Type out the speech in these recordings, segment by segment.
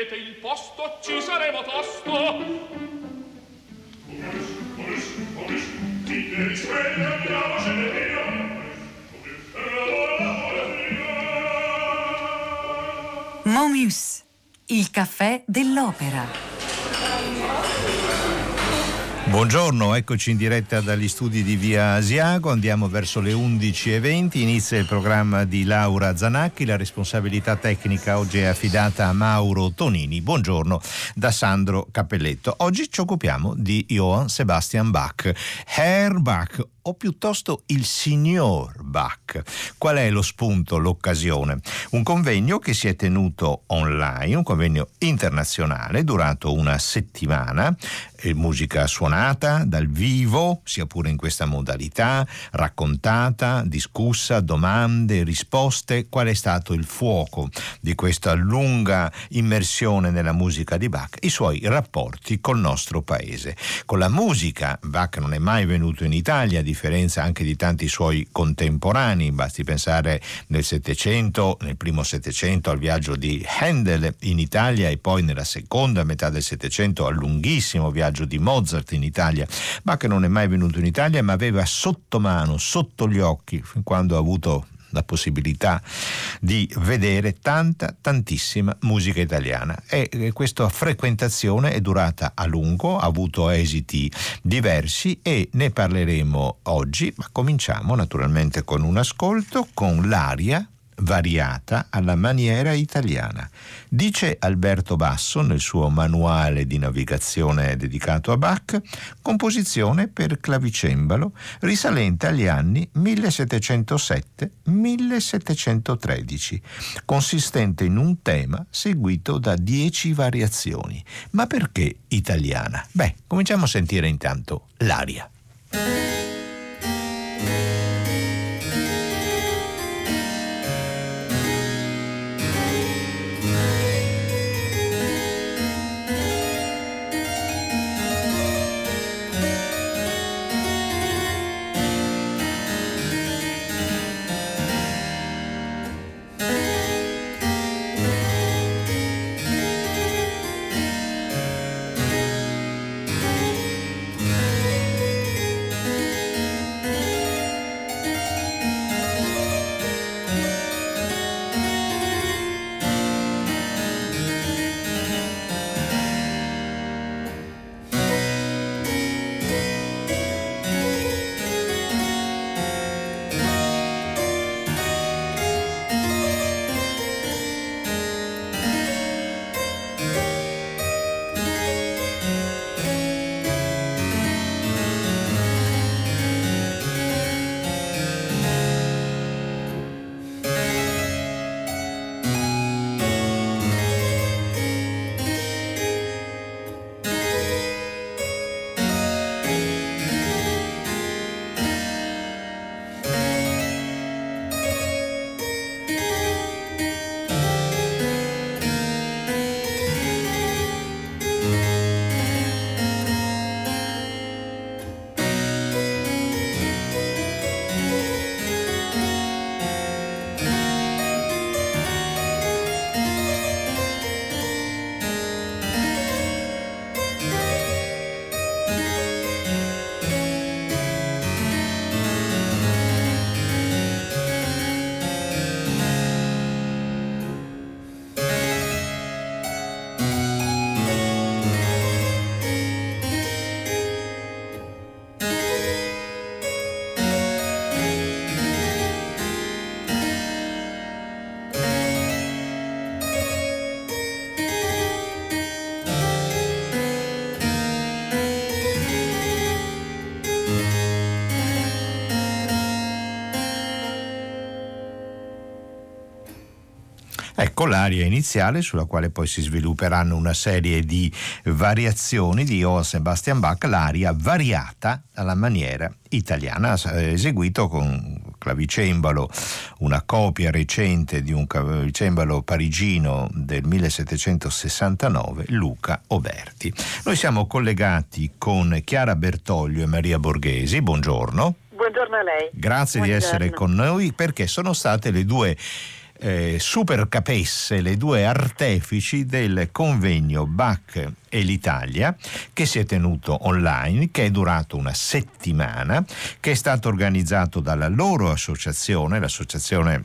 cedete il posto, ci saremo tosto. Ti devi svegliare, andiamocene via. Momus, il caffè dell'opera. Buongiorno, eccoci in diretta dagli studi di Via Asiago, andiamo verso le 11:20, inizia il programma di Laura Zanacchi, la responsabilità tecnica oggi è affidata a Mauro Tonini. Buongiorno da Sandro Cappelletto. Oggi ci occupiamo di Johann Sebastian Bach, Herr Bach, o piuttosto il signor Bach. Qual è lo spunto, l'occasione? Un convegno che si è tenuto online, un convegno internazionale durato una settimana, musica suonata dal vivo, sia pure in questa modalità, raccontata, discussa, domande, risposte. Qual è stato il fuoco di questa lunga immersione nella musica di Bach? I suoi rapporti col nostro paese. Con la musica, Bach non è mai venuto in Italia, a differenza anche di tanti suoi contemporanei. Basti pensare nel Settecento, nel primo Settecento, al viaggio di Handel in Italia e poi nella seconda metà del Settecento al lunghissimo viaggio di Mozart in Italia. Bach non è mai venuto in Italia, ma aveva sotto mano, sotto gli occhi, fin quando ha avuto la possibilità di vedere tantissima musica italiana, e questa frequentazione è durata a lungo, ha avuto esiti diversi e ne parleremo oggi, ma cominciamo naturalmente con un ascolto con l'aria variata alla maniera italiana. Dice Alberto Basso nel suo manuale di navigazione dedicato a Bach, composizione per clavicembalo risalente agli anni 1707-1713, consistente in un tema seguito da 10 variazioni. Ma perché italiana? Beh, cominciamo a sentire intanto l'aria. Ecco l'aria iniziale sulla quale poi si svilupperanno una serie di variazioni di Johann Sebastian Bach, l'aria variata alla maniera italiana, eseguito con clavicembalo, una copia recente di un clavicembalo parigino del 1769, Luca Oberti. Noi siamo collegati con Chiara Bertoglio e Maria Borghesi. Buongiorno. Buongiorno a lei. Grazie di essere con noi, perché sono state le due supercapesse, le due artefici del convegno Bach e l'Italia, che si è tenuto online, che è durato una settimana, che è stato organizzato dalla loro associazione, l'associazione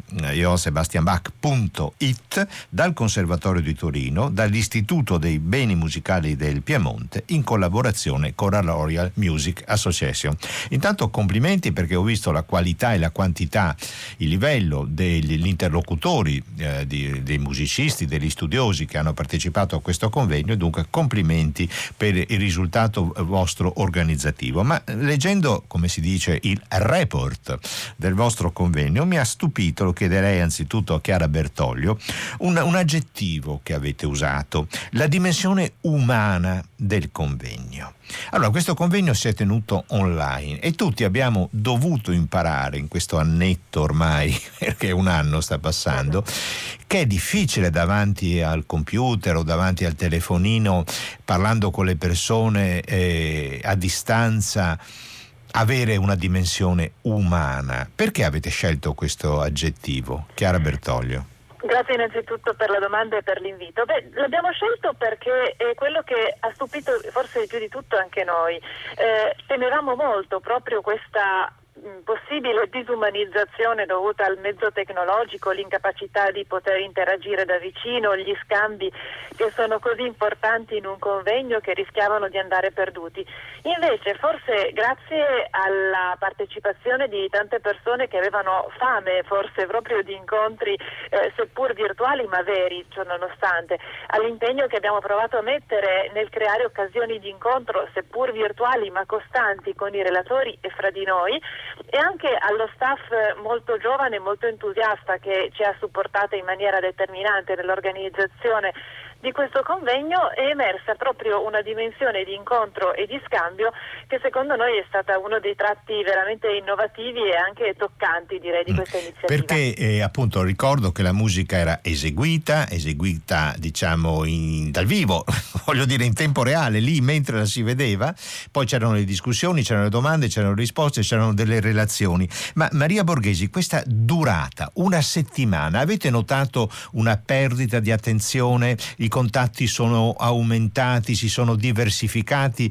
johann-sebastian-bach.it, dal Conservatorio di Torino, dall'Istituto dei Beni Musicali del Piemonte, in collaborazione con la Royal Music Association. Intanto complimenti, perché ho visto la qualità e la quantità, il livello degli interlocutori, dei musicisti, degli studiosi che hanno partecipato a questo convegno, e dunque complimenti per il risultato vostro organizzativo. Ma leggendo, come si dice, il report del vostro convegno, mi ha stupito, lo chiederei anzitutto a Chiara Bertoglio, un aggettivo che avete usato: la dimensione umana del convegno. Allora, questo convegno si è tenuto online e tutti abbiamo dovuto imparare in questo annetto ormai, perché un anno sta passando, che è difficile davanti al computer o davanti al telefonino, parlando con le persone a distanza, avere una dimensione umana. Perché avete scelto questo aggettivo? Chiara Bertoglio. Grazie innanzitutto per la domanda e per l'invito. L'abbiamo scelto perché è quello che ha stupito forse più di tutto anche noi. Temevamo molto proprio questa possibile disumanizzazione dovuta al mezzo tecnologico, l'incapacità di poter interagire da vicino, gli scambi che sono così importanti in un convegno che rischiavano di andare perduti. Invece, forse grazie alla partecipazione di tante persone che avevano fame, forse proprio di incontri seppur virtuali ma veri, ciò nonostante, all'impegno che abbiamo provato a mettere nel creare occasioni di incontro seppur virtuali ma costanti con i relatori e fra di noi, e anche allo staff molto giovane e molto entusiasta che ci ha supportato in maniera determinante nell'organizzazione di questo convegno, è emersa proprio una dimensione di incontro e di scambio che secondo noi è stata uno dei tratti veramente innovativi e anche toccanti, direi, di questa iniziativa. Perché appunto ricordo che la musica era eseguita diciamo dal vivo, voglio dire in tempo reale, lì mentre la si vedeva, poi c'erano le discussioni, c'erano le domande, c'erano le risposte, c'erano delle relazioni. Ma Maria Borghesi, questa durata, una settimana, avete notato una perdita di attenzione? I contatti sono aumentati, si sono diversificati,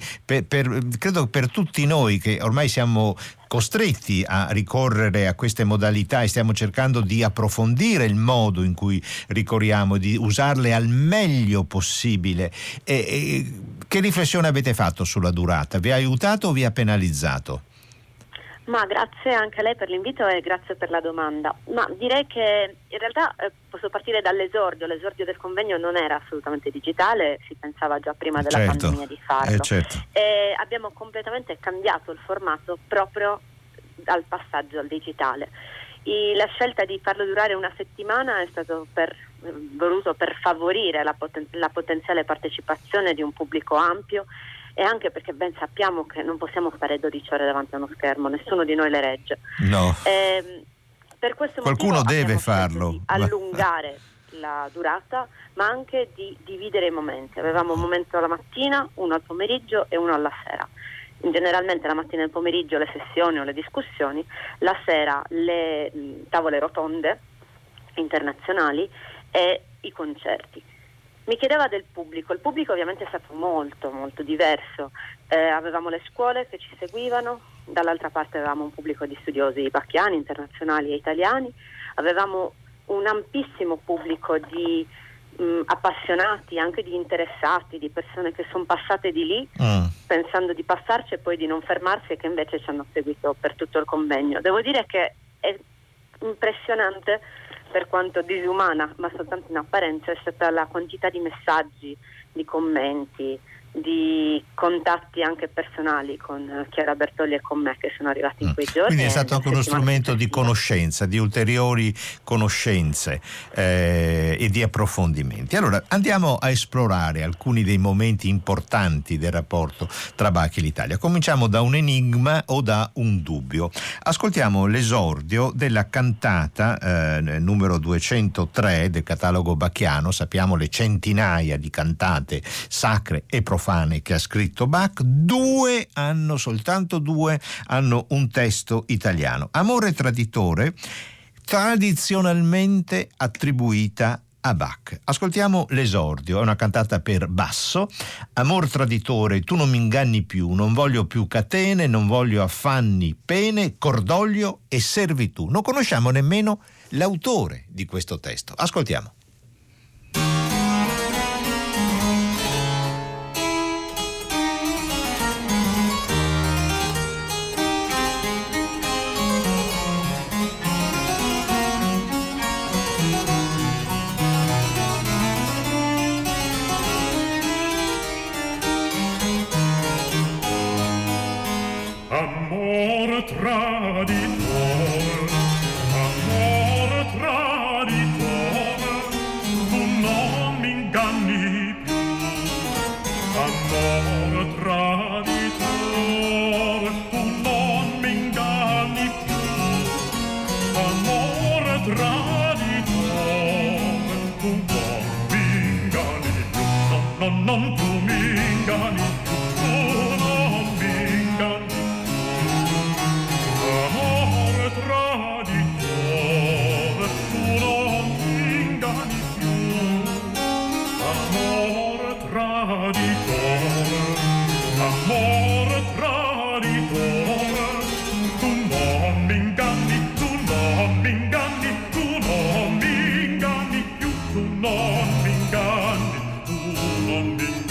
credo per tutti noi che ormai siamo costretti a ricorrere a queste modalità e stiamo cercando di approfondire il modo in cui ricorriamo, di usarle al meglio possibile. Che riflessione avete fatto sulla durata? Vi ha aiutato o vi ha penalizzato? Ma grazie anche a lei per l'invito e grazie per la domanda. Ma direi che in realtà posso partire dall'esordio. L'esordio del convegno non era assolutamente digitale, si pensava già prima della pandemia di farlo. E abbiamo completamente cambiato il formato proprio dal passaggio al digitale. La scelta di farlo durare una settimana è stato voluto per favorire la potenziale partecipazione di un pubblico ampio, e anche perché ben sappiamo che non possiamo stare 12 ore davanti a uno schermo, nessuno di noi le regge. No. Per questo qualcuno motivo deve farlo. Di allungare la durata, ma anche di dividere i momenti. Avevamo un momento alla mattina, uno al pomeriggio e uno alla sera. Generalmente la mattina e il pomeriggio le sessioni o le discussioni, la sera le tavole rotonde internazionali e i concerti. Mi chiedeva del pubblico. Il pubblico ovviamente è stato molto molto diverso. Avevamo le scuole che ci seguivano, dall'altra parte avevamo un pubblico di studiosi bacchiani, internazionali e italiani, avevamo un ampissimo pubblico di appassionati, anche di interessati, di persone che sono passate di lì pensando di passarci e poi di non fermarsi, e che invece ci hanno seguito per tutto il convegno. Devo dire che è impressionante, per quanto disumana, ma soltanto in apparenza, è stata la quantità di messaggi, di commenti, di contatti anche personali con Chiara Bertogli e con me che sono arrivati in quei giorni. Quindi è stato anche uno strumento di conoscenza, di ulteriori conoscenze e di approfondimenti. Allora andiamo a esplorare alcuni dei momenti importanti del rapporto tra Bach e l'Italia. Cominciamo da un enigma o da un dubbio. Ascoltiamo l'esordio della cantata numero 203 del catalogo bacchiano. Sappiamo le centinaia di cantate sacre e profane che ha scritto Bach. Soltanto due hanno un testo italiano. Amore traditore tradizionalmente attribuita a Bach. Ascoltiamo l'esordio, è una cantata per basso. Amor traditore, tu non mi inganni più, non voglio più catene, non voglio affanni, pene, cordoglio e servitù. Non conosciamo nemmeno l'autore di questo testo. Ascoltiamo. Amor traditor, amor traditor, tu non mi inganni più. Amor traditor, tu non mi inganni più. Amor traditor, tu non mi inganni più. Non tu mi inganni più. Tu non mi inganni più. Amor traditor, tu non mi inganni più. Amor traditor, amor traditor, tu non mi inganni, tu non mi inganni, tu non mi inganni più, tu non mi inganni, tu non mi inganni.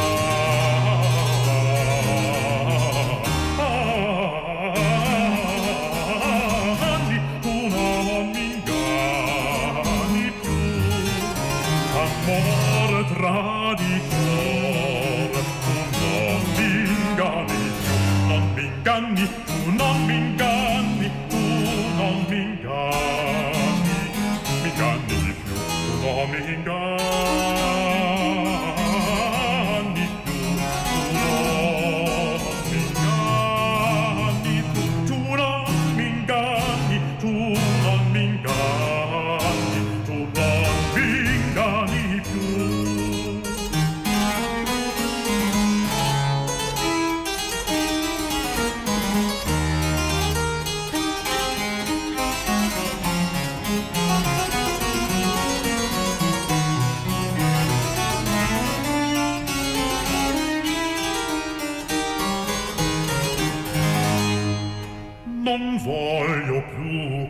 Amor traditor, tu non mi inganni più, non mi inganni, tu non mi inganni, tu non mi inganni, mi inganni più, tu non mi inganni più, tu non mi inganni più, tu non mi inganni, tu non mi inganni, tu non mi inganni più. Non voglio più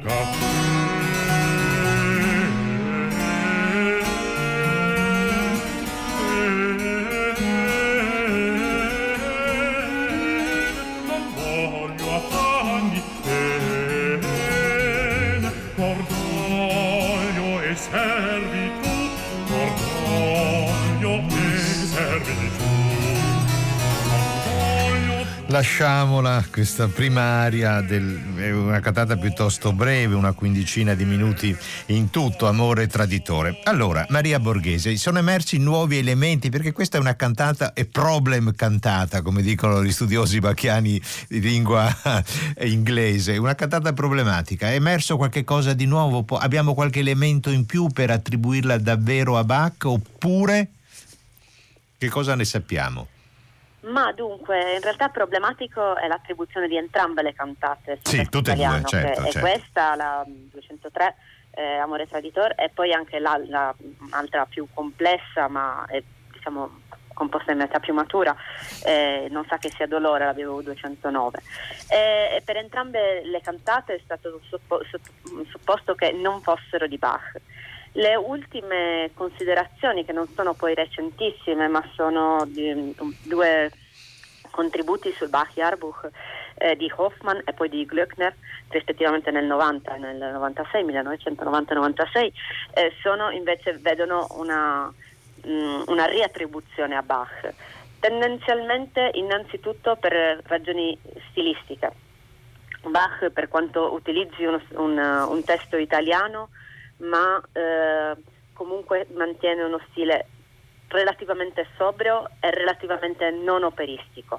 non voglio affanni, cordoglio e servitù, cordoglio e servitù. Lasciamola questa primaria, è una cantata piuttosto breve, una quindicina di minuti in tutto, Amore traditore. Allora, Maria Borghese, sono emersi nuovi elementi, perché questa è una cantata e problem cantata, come dicono gli studiosi bacchiani di lingua inglese, una cantata problematica. È emerso qualche cosa di nuovo? Abbiamo qualche elemento in più per attribuirla davvero a Bach, oppure che cosa ne sappiamo? Ma dunque, in realtà problematico è l'attribuzione di entrambe le cantate. Sì, tutte e due, certo. È questa, la 203, Amore Traditor, e poi anche l'altra più complessa, ma è, diciamo, composta in età più matura, Non sa che sia dolore, la BWV 209. E per entrambe le cantate è stato supposto che non fossero di Bach. Le ultime considerazioni, che non sono poi recentissime, ma sono due contributi sul Bach-Jahrbuch di Hoffmann e poi di Glöckner, rispettivamente nel 90 e nel 96, 1990-96, sono invece, vedono una riattribuzione a Bach, tendenzialmente innanzitutto per ragioni stilistiche. Bach, per quanto utilizzi un testo italiano, ma comunque mantiene uno stile relativamente sobrio e relativamente non operistico.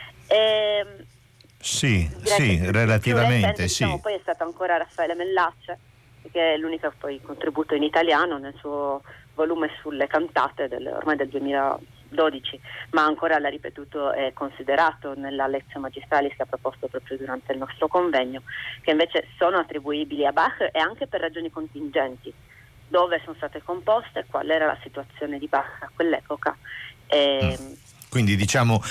Sì, relativamente, recente, diciamo, sì. Poi è stato ancora Raffaele Mellace, che è l'unico poi contributo in italiano nel suo volume sulle cantate ormai del 12, ma ancora l'ha ripetuto e considerato nella lezione magistralis che ha proposto proprio durante il nostro convegno, che invece sono attribuibili a Bach e anche per ragioni contingenti, dove sono state composte, qual era la situazione di Bach a quell'epoca. Quindi diciamo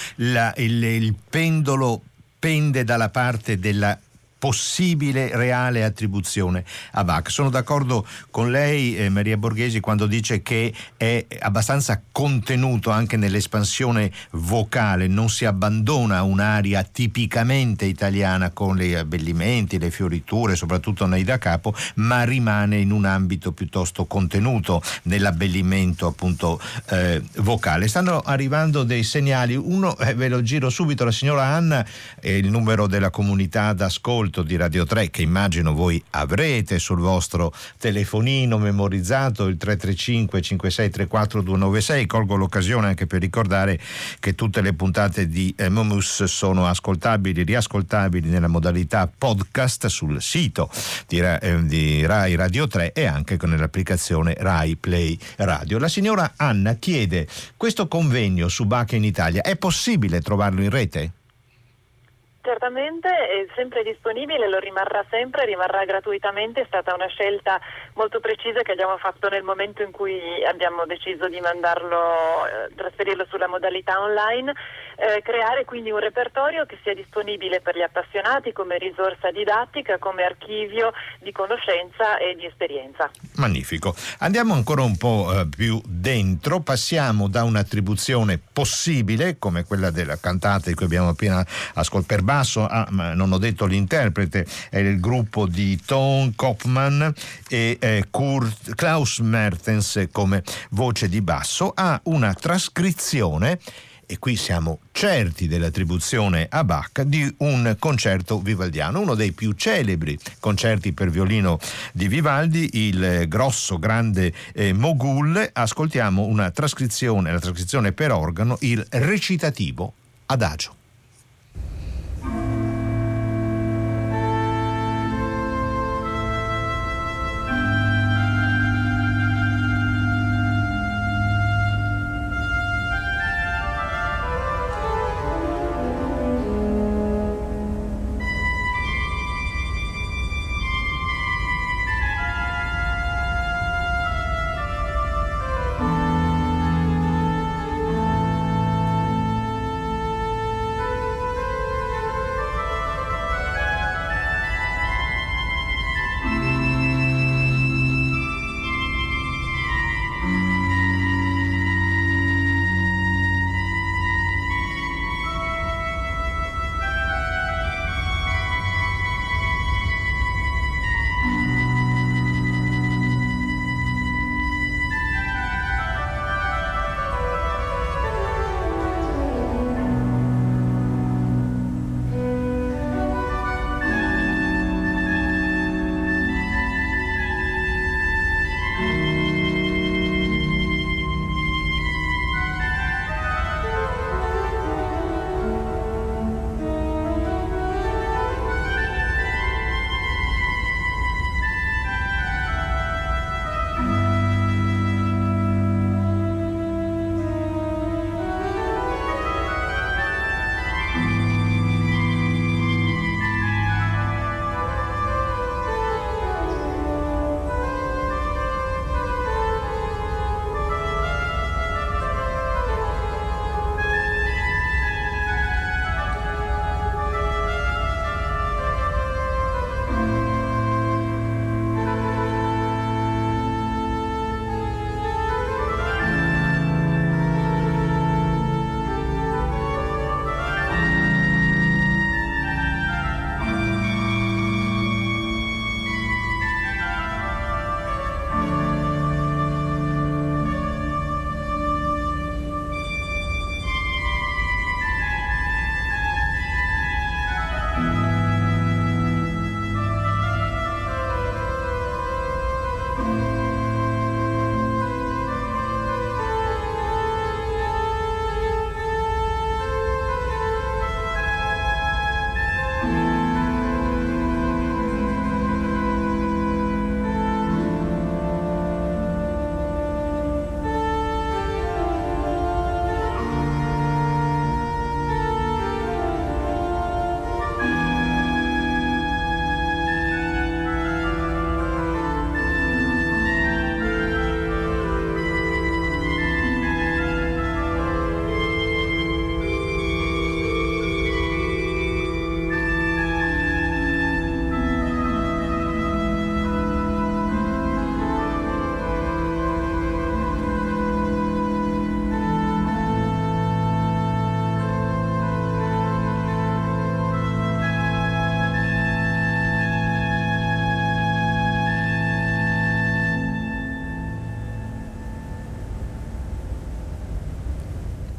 il pendolo pende dalla parte della possibile reale attribuzione a Bach. Sono d'accordo con lei, Maria Borghesi, quando dice che è abbastanza contenuto anche nell'espansione vocale, non si abbandona un'aria tipicamente italiana con gli abbellimenti, le fioriture, soprattutto nei da capo, ma rimane in un ambito piuttosto contenuto nell'abbellimento appunto vocale. Stanno arrivando dei segnali, uno ve lo giro subito, la signora Anna, il numero della comunità d'ascolto di Radio 3 che immagino voi avrete sul vostro telefonino memorizzato, il 335 5634 296. Colgo l'occasione anche per ricordare che tutte le puntate di Momus sono ascoltabili, riascoltabili nella modalità podcast sul sito di Rai Radio 3 e anche nell'applicazione Rai Play Radio. La signora Anna chiede: questo convegno su Bach in Italia è possibile trovarlo in rete? Certamente è sempre disponibile, lo rimarrà sempre, rimarrà gratuitamente. È stata una scelta molto precisa che abbiamo fatto nel momento in cui abbiamo deciso di trasferirlo sulla modalità online, creare quindi un repertorio che sia disponibile per gli appassionati come risorsa didattica, come archivio di conoscenza e di esperienza. Magnifico. Andiamo ancora un po' più dentro, passiamo da un'attribuzione possibile come quella della cantata di cui abbiamo appena ascoltato per basso, ma non ho detto l'interprete, è il gruppo di Ton Kopman e Klaus Mertens come voce di basso, a una trascrizione, e qui siamo certi dell'attribuzione a Bach, di un concerto vivaldiano, uno dei più celebri concerti per violino di Vivaldi, il grosso grande Mogul. Ascoltiamo la trascrizione per organo, il recitativo adagio.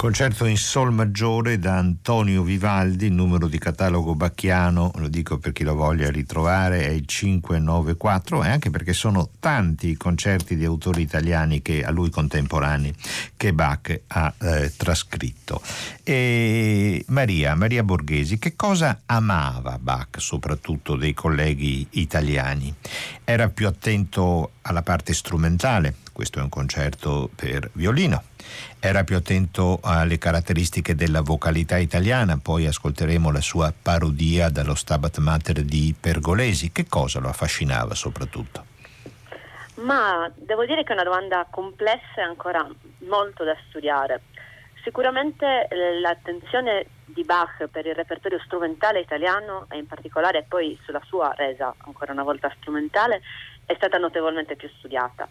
Concerto in sol maggiore da Antonio Vivaldi, il numero di catalogo bacchiano, lo dico per chi lo voglia ritrovare, è il 594, e anche perché sono tanti i concerti di autori italiani che a lui contemporanei che Bach ha trascritto. E Maria Borghesi, che cosa amava Bach soprattutto dei colleghi italiani? Era più attento alla parte strumentale, questo è un concerto per violino. Era più attento alle caratteristiche della vocalità italiana, poi ascolteremo la sua parodia dallo Stabat Mater di Pergolesi. Che cosa lo affascinava soprattutto? Ma devo dire che è una domanda complessa e ancora molto da studiare. Sicuramente l'attenzione di Bach per il repertorio strumentale italiano, e in particolare poi sulla sua resa ancora una volta strumentale, è stata notevolmente più studiata.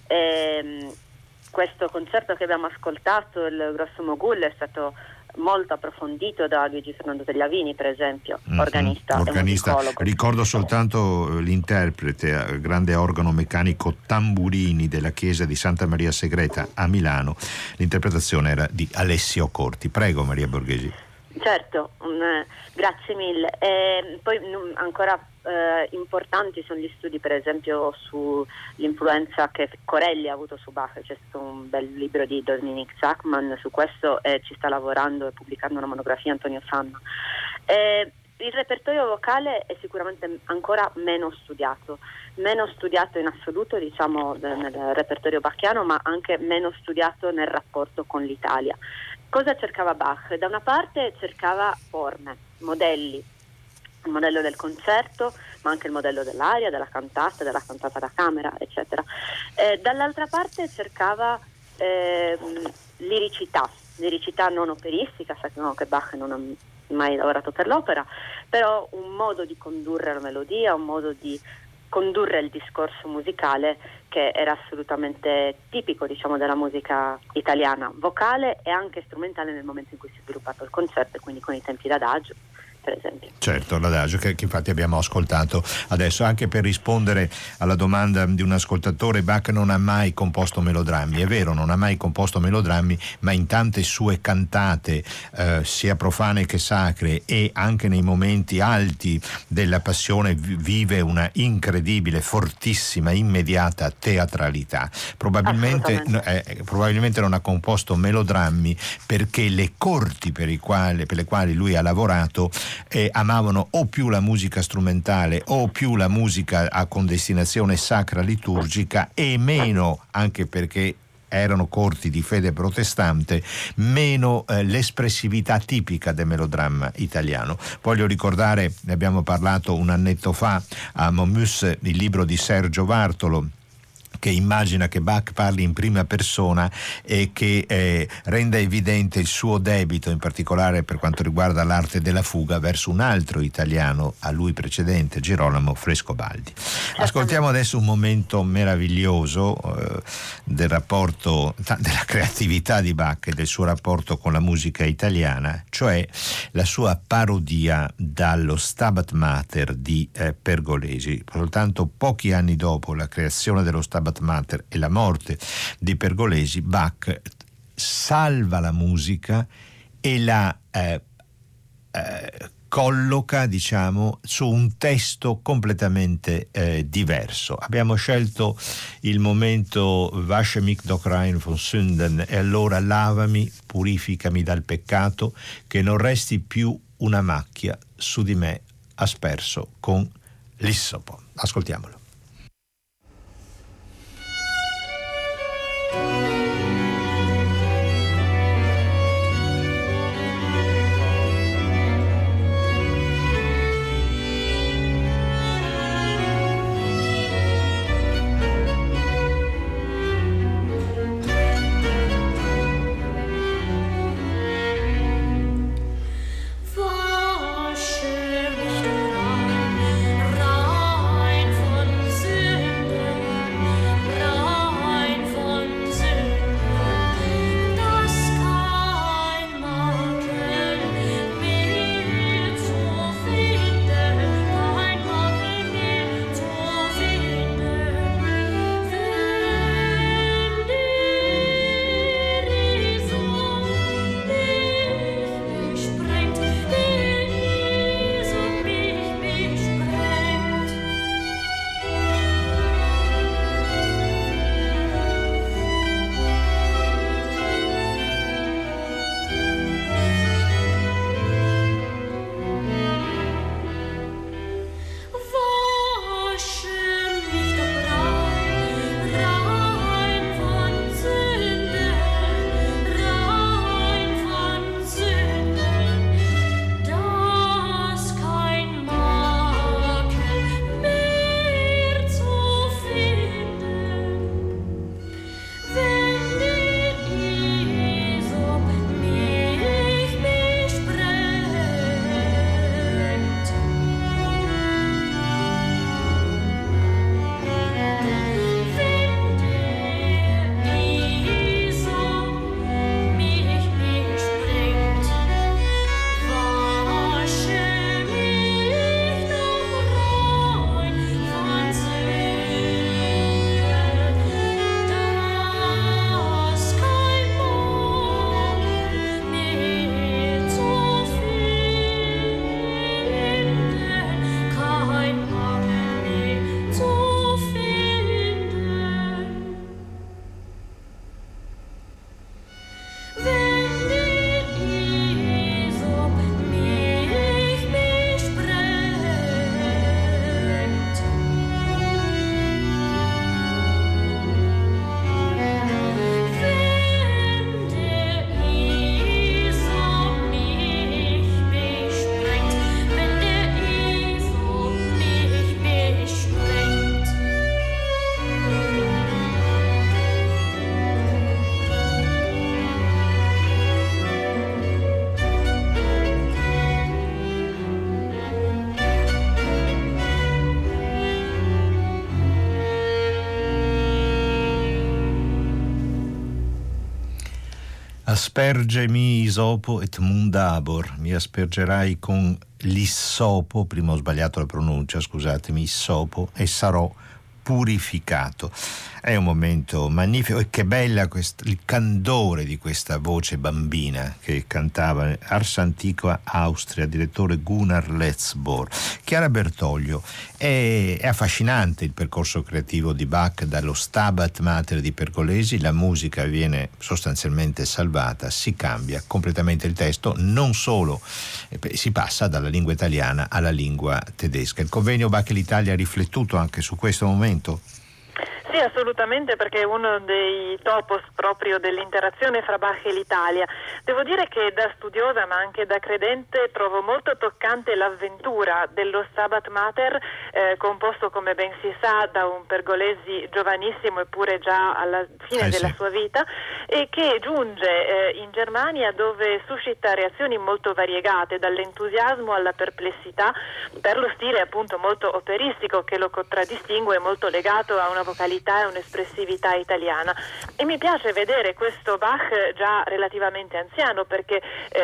Questo concerto che abbiamo ascoltato, il Grosso Mogul, è stato molto approfondito da Luigi Fernando Tagliavini, per esempio, organista. E musicologo. Ricordo soltanto l'interprete, grande organo meccanico Tamburini della chiesa di Santa Maria Segreta a Milano. L'interpretazione era di Alessio Corti. Prego, Maria Borghesi. Certo, grazie mille. Poi ancora importanti sono gli studi, per esempio, sull'influenza che Corelli ha avuto su Bach. C'è stato un bel libro di Dominic Zachman su questo, e ci sta lavorando e pubblicando una monografia Antonio Sanna. Il repertorio vocale è sicuramente ancora meno studiato in assoluto, diciamo, nel repertorio bacchiano, ma anche meno studiato nel rapporto con l'Italia. Cosa cercava Bach? Da una parte cercava forme, modelli, il modello del concerto, ma anche il modello dell'aria, della cantata da camera, eccetera. Dall'altra parte cercava liricità non operistica. Sappiamo che Bach non ha mai lavorato per l'opera, però un modo di condurre la melodia, un modo di condurre il discorso musicale che era assolutamente tipico, diciamo, della musica italiana, vocale e anche strumentale nel momento in cui si è sviluppato il concerto, quindi con i tempi d'adagio, per esempio. Certo, l'adagio che infatti abbiamo ascoltato adesso. Anche per rispondere alla domanda di un ascoltatore, Bach non ha mai composto melodrammi. È vero, non ha mai composto melodrammi, ma in tante sue cantate, sia profane che sacre, e anche nei momenti alti della passione vive una incredibile, fortissima, immediata teatralità. Probabilmente non ha composto melodrammi perché le corti per le quali lui ha lavorato amavano o più la musica strumentale o più la musica con destinazione sacra liturgica, e meno, anche perché erano corti di fede protestante, meno l'espressività tipica del melodramma italiano. Voglio ricordare, ne abbiamo parlato un annetto fa a Momus, il libro di Sergio Vartolo, che immagina che Bach parli in prima persona e che renda evidente il suo debito, in particolare per quanto riguarda l'arte della fuga, verso un altro italiano a lui precedente, Girolamo Frescobaldi. Ascoltiamo adesso un momento meraviglioso del rapporto, della creatività di Bach e del suo rapporto con la musica italiana, cioè la sua parodia dallo Stabat Mater di Pergolesi. Soltanto pochi anni dopo la creazione dello Stabat Mater e la morte di Pergolesi, Bach salva la musica e la colloca, diciamo, su un testo completamente diverso. Abbiamo scelto il momento Wasche mich doch rein von Sünden, e allora lavami, purificami dal peccato, che non resti più una macchia su di me asperso con l'issopo. Ascoltiamolo. Wasche mich rein von Aspergemi isopo et mundabor, mi aspergerai con l'issopo, prima ho sbagliato la pronuncia, scusatemi, issopo, e sarò purificato. È un momento magnifico e che bella il candore di questa voce bambina che cantava Ars Antiqua Austria, direttore Gunnar Letzbohr. Chiara Bertoglio, è affascinante il percorso creativo di Bach, dallo Stabat Mater di Pergolesi, la musica viene sostanzialmente salvata, si cambia completamente il testo, non solo si passa dalla lingua italiana alla lingua tedesca. Il convegno Bach e l'Italia ha riflettuto anche su questo momento? Sì, assolutamente, perché è uno dei topos proprio dell'interazione fra Bach e l'Italia. Devo dire che da studiosa ma anche da credente trovo molto toccante l'avventura dello Stabat Mater, composto, come ben si sa, da un Pergolesi giovanissimo eppure già alla fine della sua vita, e che giunge in Germania, dove suscita reazioni molto variegate, dall'entusiasmo alla perplessità, per lo stile appunto molto operistico che lo contraddistingue, molto legato a una vocalità e un'espressività italiana. E mi piace vedere questo Bach già relativamente anziano, perché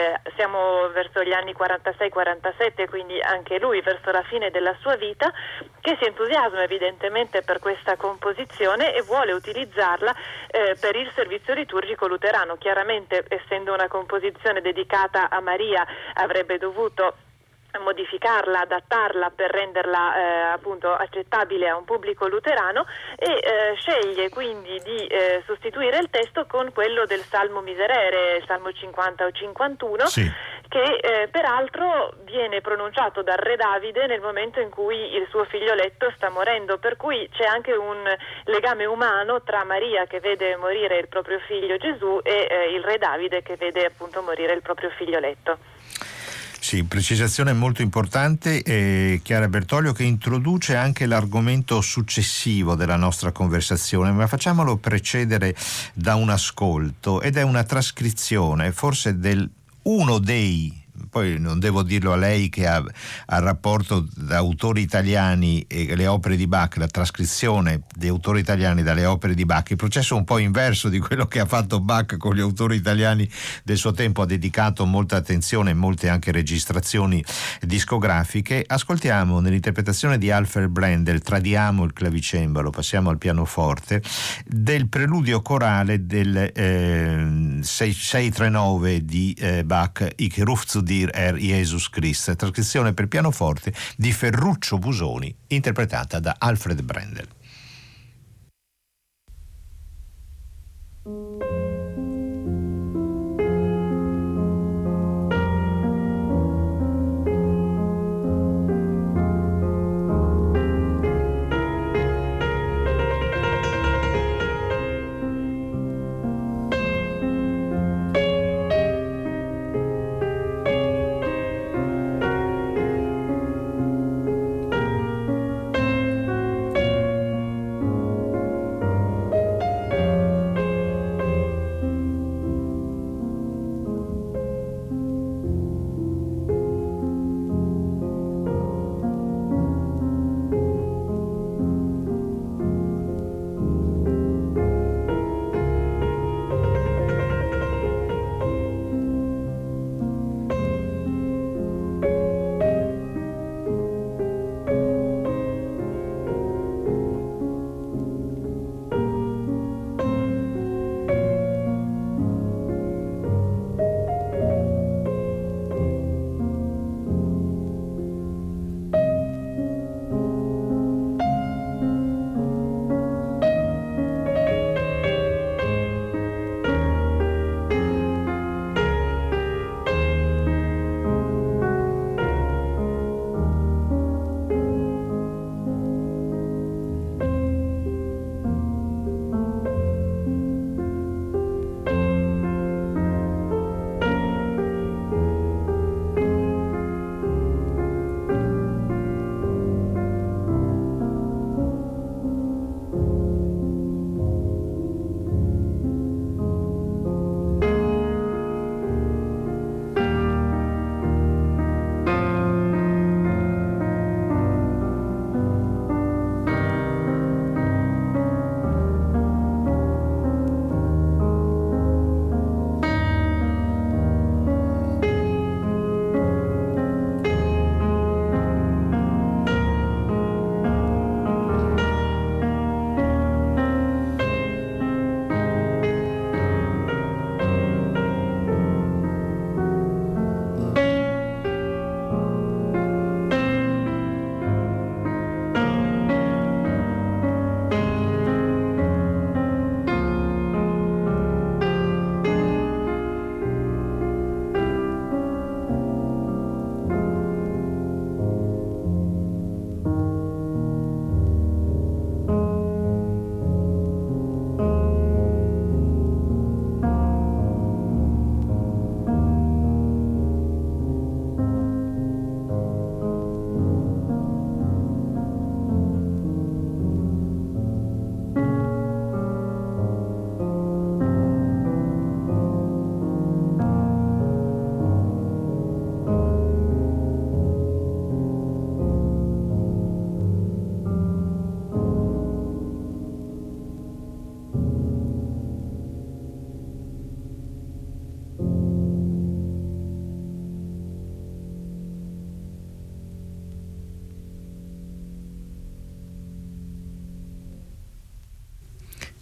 siamo verso gli anni 46-47, quindi anche lui verso la fine della sua vita, che si entusiasma evidentemente per questa composizione e vuole utilizzarla per il servizio liturgico luterano. Chiaramente, essendo una composizione dedicata a Maria, avrebbe dovuto modificarla, adattarla per renderla appunto accettabile a un pubblico luterano, e sceglie quindi di sostituire il testo con quello del Salmo Miserere, Salmo 50 o 51, che peraltro viene pronunciato dal re Davide nel momento in cui il suo figlioletto sta morendo, per cui c'è anche un legame umano tra Maria, che vede morire il proprio figlio Gesù, e il re Davide, che vede appunto morire il proprio figlioletto. Sì, precisazione molto importante, Chiara Bertoglio, che introduce anche l'argomento successivo della nostra conversazione, ma facciamolo precedere da un ascolto, ed è una trascrizione forse uno dei, poi non devo dirlo a lei che ha rapporto da autori italiani e le opere di Bach, la trascrizione di autori italiani dalle opere di Bach, il processo un po' inverso di quello che ha fatto Bach con gli autori italiani del suo tempo, ha dedicato molta attenzione e molte anche registrazioni discografiche. Ascoltiamo nell'interpretazione di Alfred Brendel, Tradiamo il clavicembalo, passiamo al pianoforte, del preludio corale del 639 di Bach, Ich ruf zu dir, Herr Jesus Christ, trascrizione per pianoforte di Ferruccio Busoni, interpretata da Alfred Brendel.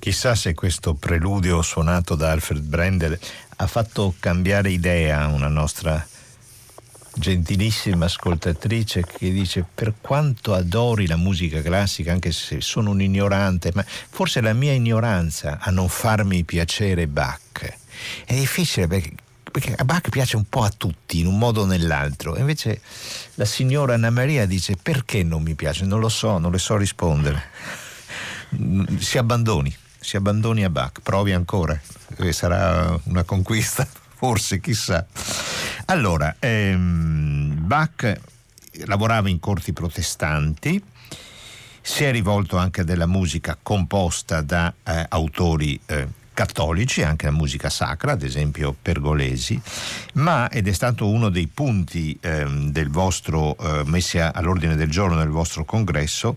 Chissà se questo preludio suonato da Alfred Brendel ha fatto cambiare idea a una nostra gentilissima ascoltatrice che dice: per quanto adori la musica classica, anche se sono un ignorante, ma forse la mia ignoranza a non farmi piacere Bach. È difficile perché a Bach piace un po' a tutti in un modo o nell'altro, e invece la signora Anna Maria dice: perché non mi piace? Non lo so, non le so rispondere. Si abbandoni a Bach, provi ancora, sarà una conquista, forse, chissà. Allora, Bach lavorava in corti protestanti, si è rivolto anche a della musica composta da autori cattolici, anche la musica sacra, ad esempio Pergolesi, ed è stato uno dei punti del vostro messi all'ordine del giorno del vostro congresso.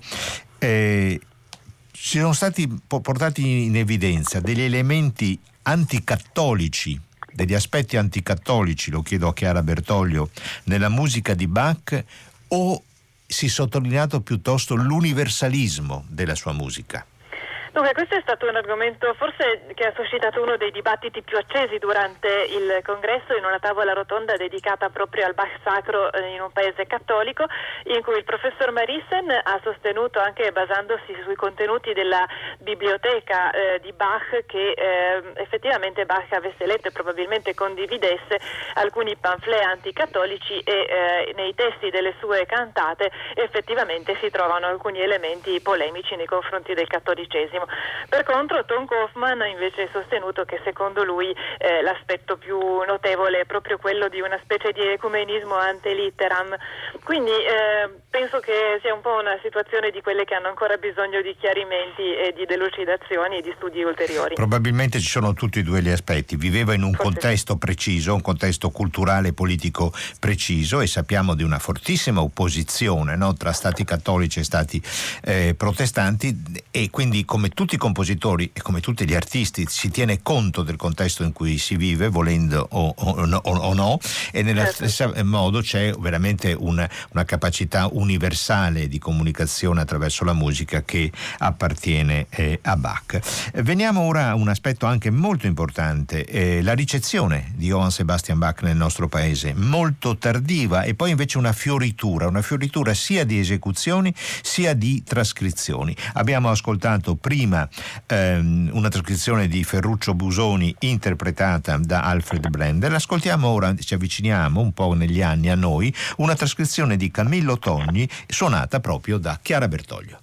Ci sono stati portati in evidenza degli elementi anticattolici, degli aspetti anticattolici, lo chiedo a Chiara Bertoglio, nella musica di Bach, o si è sottolineato piuttosto l'universalismo della sua musica? Dunque, questo è stato un argomento forse che ha suscitato uno dei dibattiti più accesi durante il congresso, in una tavola rotonda dedicata proprio al Bach sacro in un paese cattolico, in cui il professor Marissen ha sostenuto, anche basandosi sui contenuti della biblioteca di Bach, che effettivamente Bach avesse letto e probabilmente condividesse alcuni pamphlet anticattolici, e nei testi delle sue cantate effettivamente si trovano alcuni elementi polemici nei confronti del cattolicesimo. Per contro, Tom Kaufmann ha invece sostenuto che secondo lui l'aspetto più notevole è proprio quello di una specie di ecumenismo ante litteram. Quindi penso che sia un po' una situazione di quelle che hanno ancora bisogno di chiarimenti e di delucidazioni e di studi ulteriori. Probabilmente ci sono tutti e due gli aspetti. Viveva in un contesto preciso, un contesto culturale e politico preciso, e sappiamo di una fortissima opposizione, no, tra stati cattolici e stati protestanti, e quindi, come tutti i compositori e come tutti gli artisti, si tiene conto del contesto in cui si vive, volendo o no, e nello stesso modo c'è veramente una capacità universale di comunicazione attraverso la musica che appartiene a Bach. Veniamo ora a un aspetto anche molto importante, la ricezione di Johann Sebastian Bach nel nostro paese, molto tardiva, e poi invece una fioritura sia di esecuzioni sia di trascrizioni. Abbiamo ascoltato prima una trascrizione di Ferruccio Busoni interpretata da Alfred Brendel. Ascoltiamo ora, ci avviciniamo un po' negli anni a noi, una trascrizione di Camillo Togni suonata proprio da Chiara Bertoglio.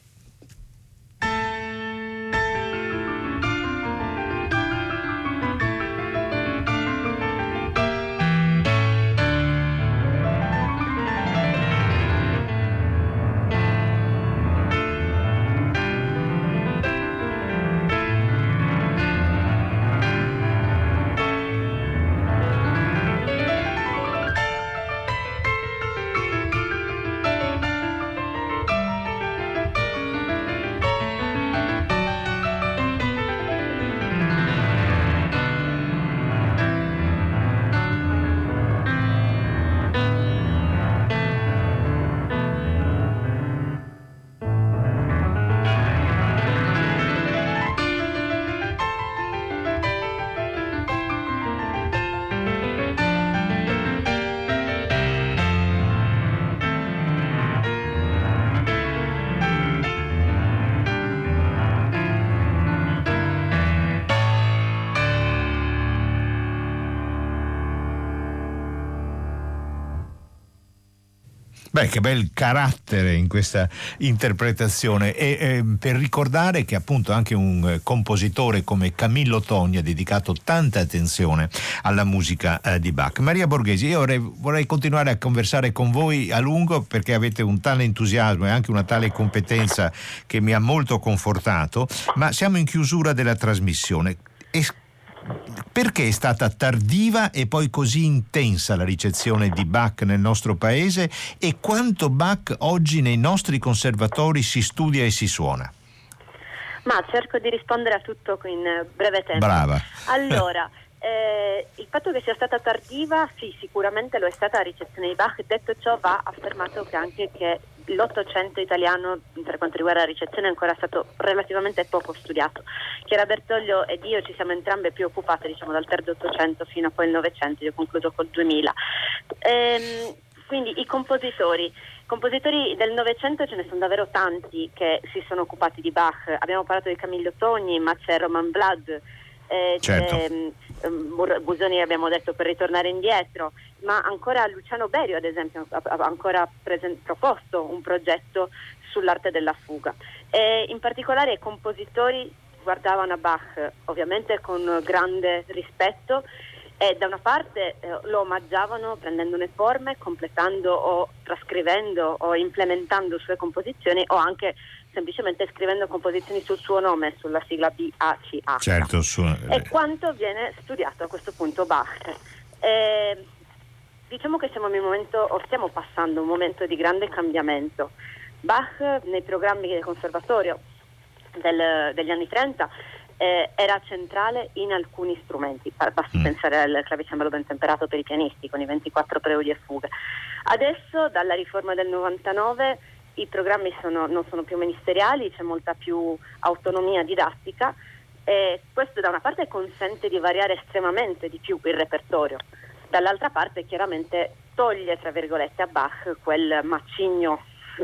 Beh, che bel carattere in questa interpretazione, e per ricordare che appunto anche un compositore come Camillo Togni ha dedicato tanta attenzione alla musica di Bach. Maria Borghesi, io vorrei continuare a conversare con voi a lungo, perché avete un tale entusiasmo e anche una tale competenza che mi ha molto confortato, ma siamo in chiusura della trasmissione. Perché è stata tardiva e poi così intensa la ricezione di Bach nel nostro paese, e quanto Bach oggi nei nostri conservatori si studia e si suona? Ma cerco di rispondere a tutto in breve tempo. Brava. Allora, il fatto che sia stata tardiva, sì, sicuramente lo è stata la ricezione di Bach. Detto ciò, va affermato che anche che l'Ottocento italiano per quanto riguarda la ricezione è ancora stato relativamente poco studiato. Chiara Bertoglio ed io ci siamo entrambe più occupate, diciamo, dal tardo Ottocento fino a poi il Novecento. Io concludo col 2000. Quindi i compositori del Novecento ce ne sono davvero tanti che si sono occupati di Bach. Abbiamo parlato di Camillo Togni, ma c'è Roman Blad, certo. Busoni abbiamo detto per ritornare indietro, ma ancora Luciano Berio ad esempio ha ancora proposto un progetto sull'arte della fuga, e in particolare i compositori guardavano a Bach ovviamente con grande rispetto e da una parte lo omaggiavano prendendone forme, completando o trascrivendo o implementando sue composizioni, o anche semplicemente scrivendo composizioni sul suo nome, sulla sigla BACH. Certo, E quanto viene studiato a questo punto Bach. Diciamo che siamo in un momento, o stiamo passando un momento di grande cambiamento. Bach nei programmi del conservatorio degli anni 30 era centrale in alcuni strumenti, basti pensare al clavicembalo ben temperato per i pianisti con i 24 preludi e fughe. Adesso dalla riforma del 99 i programmi non sono più ministeriali, c'è molta più autonomia didattica e questo da una parte consente di variare estremamente di più il repertorio, dall'altra parte chiaramente toglie tra virgolette a Bach quel macigno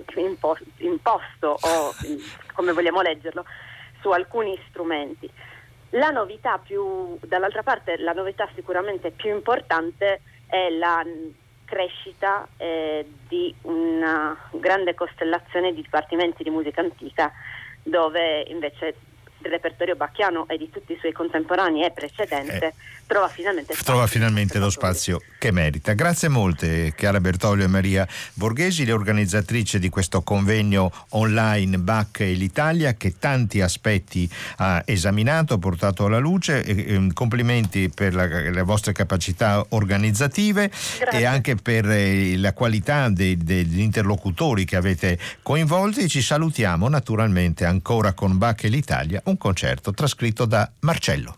imposto o come vogliamo leggerlo su alcuni strumenti. La novità dall'altra parte la novità sicuramente più importante è la crescita di una grande costellazione di dipartimenti di musica antica, dove invece il repertorio bacchiano e di tutti i suoi contemporanei e precedente trova finalmente lo spazio che merita. Grazie molte Chiara Bertoglio e Maria Borghesi, le organizzatrici di questo convegno online Bach e l'Italia, che tanti aspetti ha esaminato, portato alla luce. Complimenti per le vostre capacità organizzative. Grazie. E anche per la qualità degli interlocutori che avete coinvolti. Ci salutiamo naturalmente ancora con Bach e l'Italia, un concerto trascritto da Marcello.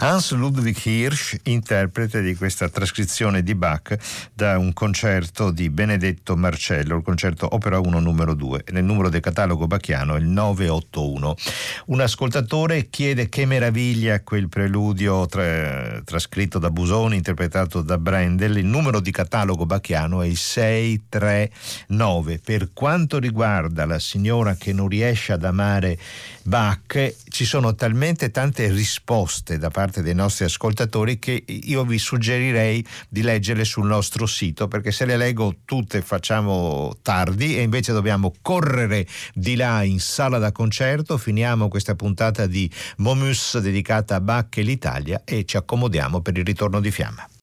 Hans Ludwig Hirsch, interprete di questa trascrizione di Bach da un concerto di Benedetto Marcello, il concerto Opera 1 numero 2, nel numero del catalogo bachiano è il 981. Un ascoltatore chiede che meraviglia quel preludio trascritto da Busoni, interpretato da Brendel. Il numero di catalogo bachiano è il 639. Per quanto riguarda La signora che non riesce ad amare Bach, ci sono talmente tante risposte da parte dei nostri ascoltatori che io vi suggerirei di leggerle sul nostro sito, perché se le leggo tutte facciamo tardi e invece dobbiamo correre di là in sala da concerto. Finiamo questa puntata di Momus dedicata a Bach e l'Italia e ci accomodiamo per il ritorno di fiamma.